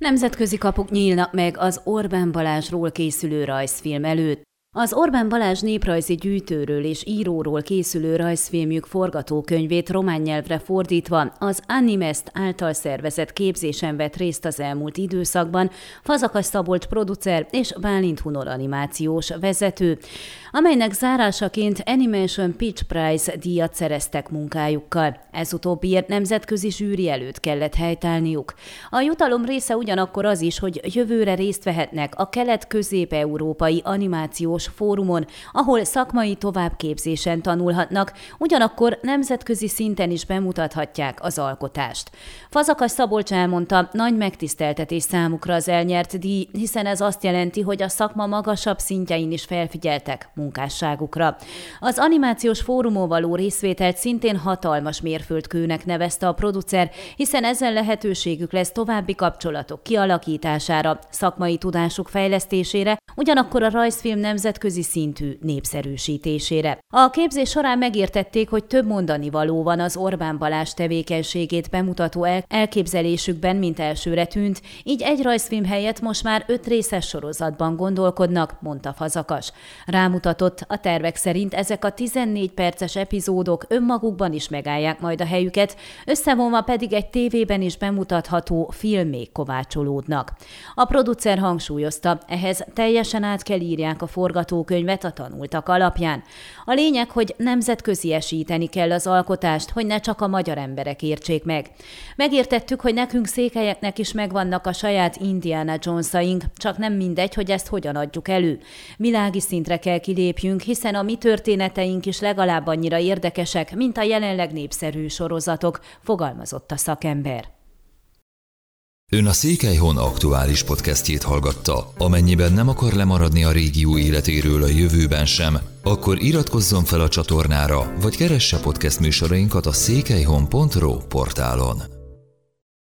Nemzetközi kapuk nyílnak meg az Orbán Balázsról készülő rajzfilm előtt. Az Orbán Balázs néprajzi gyűjtőről és íróról készülő rajzfilmjük forgatókönyvét román nyelvre fordítva az Animest által szervezett képzésen vett részt az elmúlt időszakban Fazakas Szabolcs producer és Bálint Hunor animációs vezető, amelynek zárásaként Animation Pitch Prize díjat szereztek munkájukkal. Ez utóbbiért nemzetközi zsűri előtt kellett helytállniuk. A jutalom része ugyanakkor az is, hogy jövőre részt vehetnek a Kelet-Közép-európai animációs fórumon, ahol szakmai továbbképzésen tanulhatnak, ugyanakkor nemzetközi szinten is bemutathatják az alkotást. Fazakas Szabolcs elmondta, nagy megtiszteltetés számukra az elnyert díj, hiszen ez azt jelenti, hogy a szakma magasabb szintjein is felfigyeltek munkásságukra. Az animációs fórumon való részvételt szintén hatalmas mérföldkőnek nevezte a producer, hiszen ezzel lehetőségük lesz további kapcsolatok kialakítására, szakmai tudásuk fejlesztésére, ugyanakkor a rajzfilm nemzetközi szintű népszerűsítésére. A képzés során megértették, hogy több mondanivaló van az Orbán Balázs tevékenységét bemutató elképzelésükben, mint elsőre tűnt, így egy rajzfilm helyett most már 5 részes sorozatban gondolkodnak, mondta Fazakas. Rámutatott, a tervek szerint ezek a 14 perces epizódok önmagukban is megállják majd a helyüket, összevonva pedig egy tévében is bemutatható filmmé kovácsolódnak. A producer hangsúlyozta, ehhez teljesen át kell írják a forgatókönyvet a tanultak alapján. A lényeg, hogy nemzetköziesíteni kell az alkotást, hogy ne csak a magyar emberek értsék meg. Megértettük, hogy nekünk székelyeknek is megvannak a saját Indiana Jonesaink, csak nem mindegy, hogy ezt hogyan adjuk elő. Világi szintre kell kilépjünk, hiszen a mi történeteink is legalább annyira érdekesek, mint a jelenleg népszerű sorozatok, fogalmazott a szakember. Ön a Székelyhon aktuális podcastjét hallgatta. Amennyiben nem akar lemaradni a régió életéről a jövőben sem, akkor iratkozzon fel a csatornára, vagy keresse podcast műsorainkat a székelyhon.ro portálon.